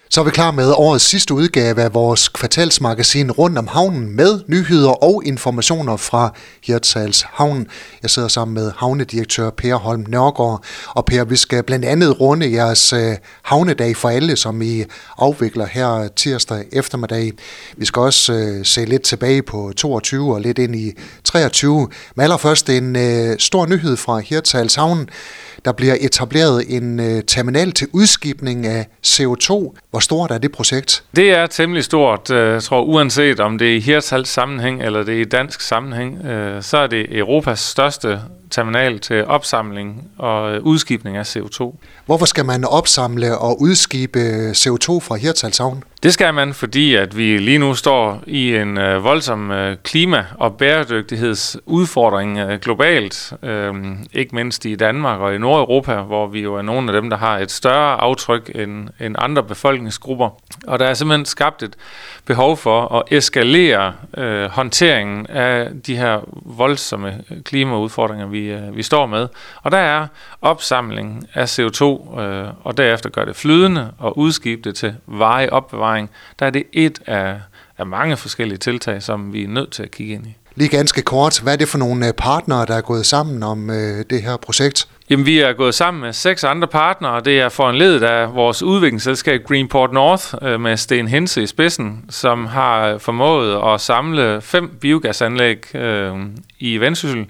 Så er vi klar med årets sidste udgave af vores kvartalsmagasin Rundt om havnen med nyheder og informationer fra Hirtshals Havn. Jeg sidder sammen med havnedirektør Per Holm Nørgaard. Og Per, vi skal blandt andet runde jeres havnedag for alle, som I afvikler her tirsdag eftermiddag. Vi skal også se lidt tilbage på 22 og lidt ind i 23. Men allerførst en stor nyhed fra Hirtshals Havn. Der bliver etableret en terminal til udskibning af CO2. Hvor stort er det projekt? Det er temmelig stort. Jeg tror, uanset om det er i Hirtshals sammenhæng eller det er i dansk sammenhæng, så er det Europas største terminal til opsamling og udskibning af CO2. Hvorfor skal man opsamle og udskibe CO2 fra Hirtshals Havn? Det skal man, fordi at vi lige nu står i en voldsom klima- og bæredygtighedsudfordring globalt. Ikke mindst i Danmark og i Nordeuropa, hvor vi jo er nogle af dem, der har et større aftryk end andre befolkningsgrupper. Og der er simpelthen skabt et behov for at eskalere håndteringen af de her voldsomme klimaudfordringer, vi står med. Og der er opsamling af CO2, og derefter gør det flydende og udskibe det til varig opbevaring. Der er det et af mange forskellige tiltag, som vi er nødt til at kigge ind i. Lige ganske kort, hvad er det for nogle partnere, der er gået sammen om det her projekt? Jamen, vi er gået sammen med 6 andre partnere. Det er foranledet af vores udviklingsselskab Greenport North med Sten Hense i spidsen, som har formået at samle 5 biogasanlæg i Vendsyssel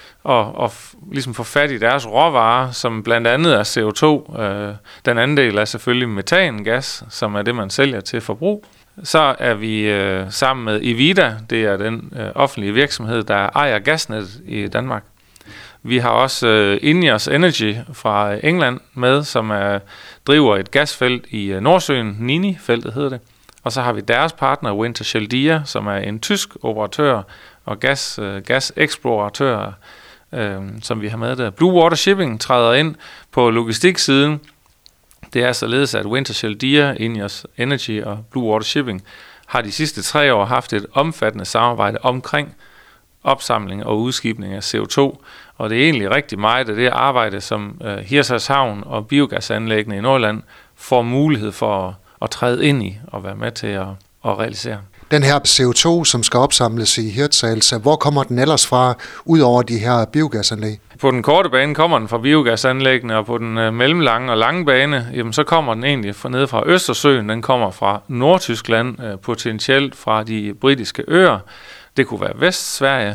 og ligesom få fat i deres råvarer, som blandt andet er CO2. Den anden del er selvfølgelig metangas, som er det, man sælger til forbrug. Så er vi sammen med Evida, det er den offentlige virksomhed, der ejer gasnettet i Danmark. Vi har også Ineos Energy fra England med, som driver et gasfelt i Nordsøen, Nini-feltet hedder det. Og så har vi deres partner Wintershall Dea, som er en tysk operatør og gaseksploratør, som vi har med der. Blue Water Shipping træder ind på logistiksiden. Det er således, at Wintershall Dea, Ineos Energy og Blue Water Shipping har de sidste 3 år haft et omfattende samarbejde omkring opsamling og udskibning af CO2. Og det er egentlig rigtig meget af det arbejde, som Hirtshals Havn og biogasanlæggene i Nordjylland får mulighed for at træde ind i og være med til at realisere. Den her CO2, som skal opsamles i Hirtshals, hvor kommer den ellers fra, ud over de her biogasanlæg? På den korte bane kommer den fra biogasanlæggene, og på den mellemlange og lange bane, jamen, så kommer den egentlig nede fra Østersøen. Den kommer fra Nordtyskland, potentielt fra de britiske øer. Det kunne være Vestsverige.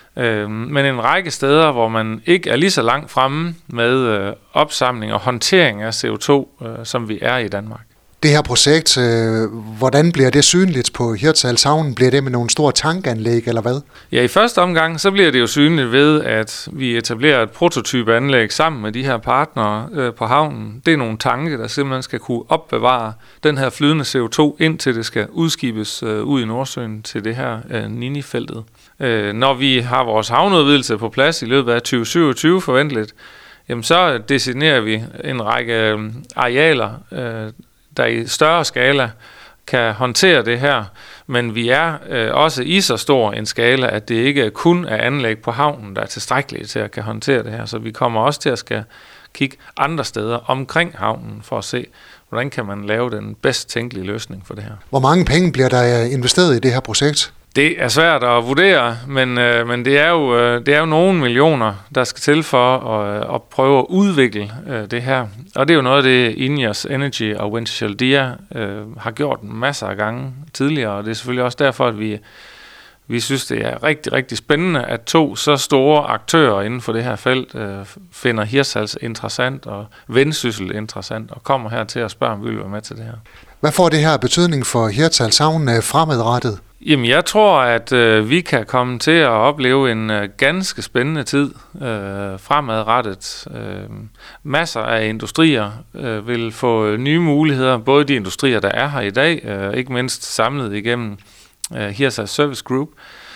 Men en række steder, hvor man ikke er lige så langt fremme med opsamling og håndtering af CO2, som vi er i Danmark. Det her projekt, hvordan bliver det synligt på Hirtshals Havn? Bliver det med nogle store tankanlæg, eller hvad? Ja, i første omgang, så bliver det jo synligt ved, at vi etablerer et prototypeanlæg sammen med de her partnere på havnen. Det er nogle tanke, der simpelthen skal kunne opbevare den her flydende CO2, indtil det skal udskibes ud i Nordsøen til det her Nini-feltet. Når vi har vores havneudvidelse på plads i løbet af 2027 forventeligt, jamen så designerer vi en række arealer, der i større skala kan håndtere det her, men vi er også i så stor en skala, at det ikke kun er anlæg på havnen, der er tilstrækkeligt til at kan håndtere det her, så vi kommer også til at skal kigge andre steder omkring havnen for at se, hvordan kan man lave den bedst tænkelige løsning for det her. Hvor mange penge bliver der investeret i det her projekt? Det er svært at vurdere, men det er jo nogle millioner, der skal til for at prøve at udvikle det her. Og det er jo noget af det, Ineos Energy og Wintershall Dea har gjort masser af gange tidligere. Og det er selvfølgelig også derfor, at vi synes, det er rigtig, rigtig spændende, at 2 så store aktører inden for det her felt finder Hirtshals interessant og Vendsyssel interessant og kommer her til at spørge, om vi vil være med til det her. Hvad får det her betydning for Hirtshals Havn fremadrettet? Jamen, jeg tror, at vi kan komme til at opleve en ganske spændende tid fremadrettet. Masser af industrier vil få nye muligheder, både de industrier, der er her i dag, ikke mindst samlet igennem Hirtshals Service Group,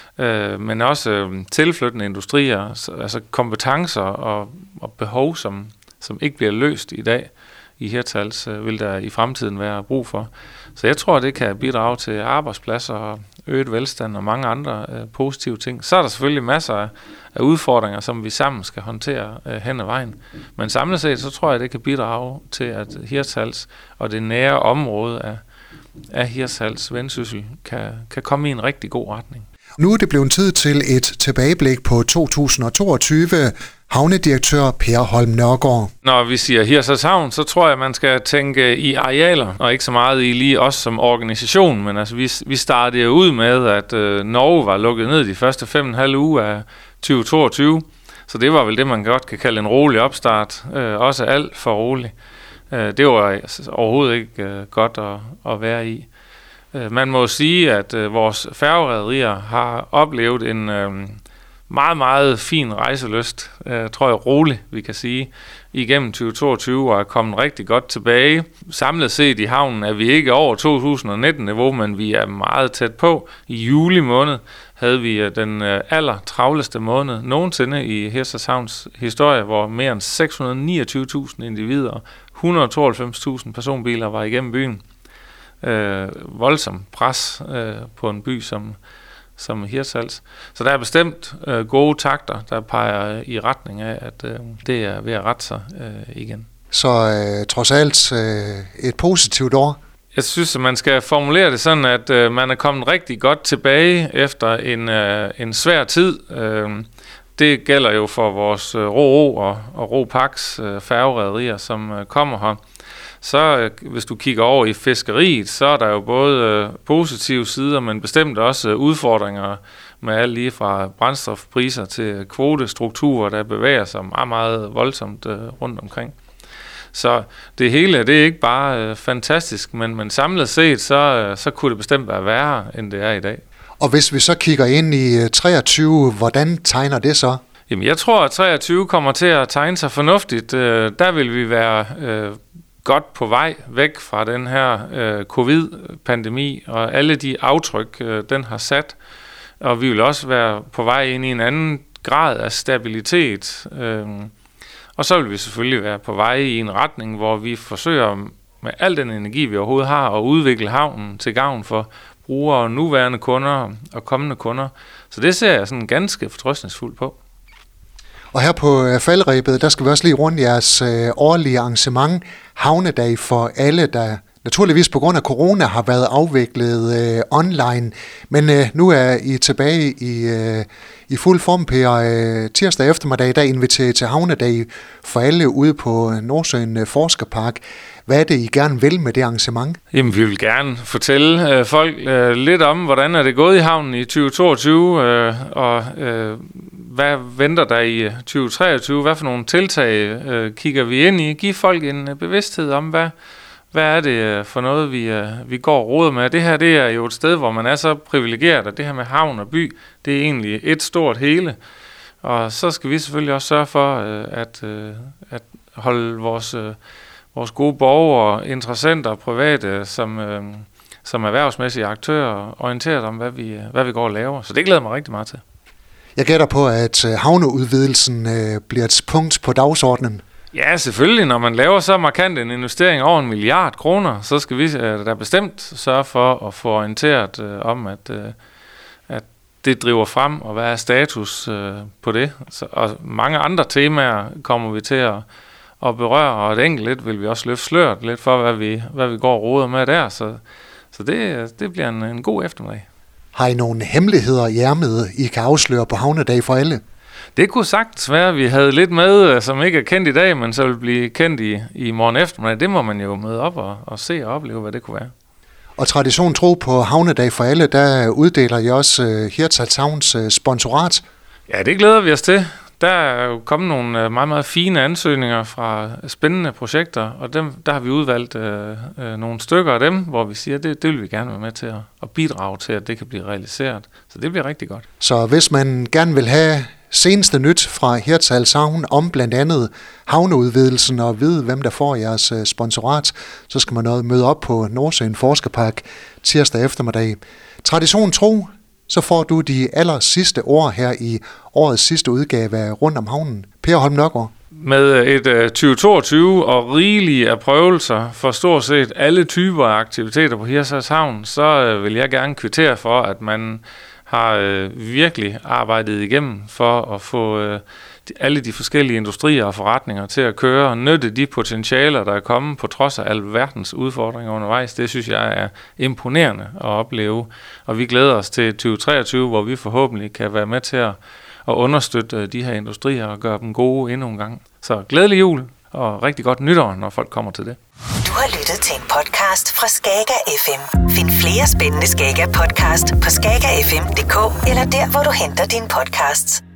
men også tilflyttende industrier, altså kompetencer og behov, som ikke bliver løst i dag i Hirtshals vil der i fremtiden være brug for. Så jeg tror, det kan bidrage til arbejdspladser og øget velstand og mange andre positive ting. Så er der selvfølgelig masser af udfordringer, som vi sammen skal håndtere hen ad vejen. Men samlet set, så tror jeg, det kan bidrage til, at Hirtshals og det nære område af Hirtshals Vendsyssel kan komme i en rigtig god retning. Nu er det blevet tid til et tilbageblik på 2022. Havnedirektør Per Holm Nørgaard. Når vi siger Hirtshals Havn, så tror jeg, man skal tænke i arealer, og ikke så meget i lige os som organisation. Men altså, vi startede jo ud med, at Norge var lukket ned de første 5,5 uger af 2022. Så det var vel det, man godt kan kalde en rolig opstart. Også alt for rolig. Det var overhovedet ikke godt at være i. Man må sige, at vores færgerederier har oplevet en meget, meget fin rejselyst, tror jeg roligt, vi kan sige, igennem 2022 og er kommet rigtig godt tilbage. Samlet set i havnen er vi ikke over 2019-niveau, men vi er meget tæt på. I juli måned havde vi den allertravleste måned nogensinde i Hirtshals Havns historie, hvor mere end 629.000 individer, 192.000 personbiler var igennem byen. Voldsom pres på en by som Hirtshals. Så der er bestemt gode takter, der peger i retning af, at det er ved at rette sig igen. Så trods alt et positivt år? Jeg synes, at man skal formulere det sådan, at man er kommet rigtig godt tilbage efter en svær tid. Det gælder jo for vores Ro og Ro-Pax færgerederier, som kommer her. Så hvis du kigger over i fiskeriet, så er der jo både positive sider, men bestemt også udfordringer med alt lige fra brændstofpriser til kvotestrukturer, der bevæger sig meget, meget voldsomt rundt omkring. Så det hele, det er ikke bare fantastisk, men samlet set, så kunne det bestemt være værre, end det er i dag. Og hvis vi så kigger ind i 23, hvordan tegner det så? Jamen, jeg tror, at 23 kommer til at tegne sig fornuftigt. Der vil vi være godt på vej væk fra den her covid-pandemi og alle de aftryk, den har sat. Og vi vil også være på vej ind i en anden grad af stabilitet. Og så vil vi selvfølgelig være på vej i en retning, hvor vi forsøger med al den energi, vi overhovedet har, at udvikle havnen til gavn for brugere, nuværende kunder og kommende kunder. Så det ser jeg sådan ganske fortrøstningsfuldt på. Og her på faldrebet, der skal vi også lige rundt jeres årlige arrangement, Havnedag for alle, der naturligvis på grund af corona har været afviklet online. Men nu er I tilbage i fuld form, Per. Tirsdag eftermiddag, der inviterer I til Havnedag for alle ude på Nordsøen Forskerpark. Hvad er det, I gerne vil med det arrangement? Jamen, vi vil gerne fortælle folk lidt om, hvordan er det gået i havnen i 2022, og hvad venter der i 2023? Hvad for nogle tiltag kigger vi ind i? Giv folk en bevidsthed om, hvad er det for noget, vi går og roder med. Det her, det er jo et sted, hvor man er så privilegeret, og det her med havn og by, det er egentlig et stort hele. Og så skal vi selvfølgelig også sørge for at holde vores gode borgere, interessenter og private som erhvervsmæssige aktører orienteret om, hvad vi går og laver. Så det glæder mig rigtig meget til. Jeg gætter på, at havneudvidelsen bliver et punkt på dagsordenen. Ja, selvfølgelig. Når man laver så markant en investering over 1 milliard kroner, så skal vi da bestemt sørge for at få orienteret om, at det driver frem, og hvad er status på det. Og mange andre temaer kommer vi til at berøre, og et enkelt lidt vil vi også løfte sløret lidt for, hvad vi går og roder med der. Så det bliver en god eftermiddag. Har I nogle hemmeligheder i ærmet, I kan afsløre på Havnedag for alle? Det kunne sagtens være, at vi havde lidt med, som ikke er kendt i dag, men så vil blive kendt i morgen eftermiddag. Det må man jo møde op og se og opleve, hvad det kunne være. Og tradition tro på Havnedag for alle, der uddeler I også Hirtshals Havns sponsorat. Ja, det glæder vi os til. Der er jo kommet nogle meget, meget fine ansøgninger fra spændende projekter, og der har vi udvalgt nogle stykker af dem, hvor vi siger, at det vil vi gerne være med til at bidrage til, at det kan blive realiseret. Så det bliver rigtig godt. Så hvis man gerne vil have seneste nyt fra Hirtshals Havn om blandt andet havneudvidelsen og vide, hvem der får jeres sponsorat, så skal man møde op på Nordsøen Forskerpark tirsdag eftermiddag. Tradition tro, så får du de aller sidste ord her i årets sidste udgave af Rundt om Havnen. Per Holm Nørgaard. Med et 2022 og rigelige af prøvelser for stort set alle typer af aktiviteter på Hirtshals Havn, så vil jeg gerne kvittere for, at man har virkelig arbejdet igennem for at få alle de forskellige industrier og forretninger til at køre og nytte de potentialer, der er kommet på trods af alverdens udfordringer undervejs. Det synes jeg er imponerende at opleve, og vi glæder os til 2023, hvor vi forhåbentlig kan være med til at understøtte de her industrier og gøre dem gode endnu en gang. Så glædelig jul og rigtig godt nytår, når folk kommer til det. Du har lyttet til en podcast fra Skaga FM. Find flere spændende Skaga podcast på skagafm.dk eller der, hvor du henter dine podcasts.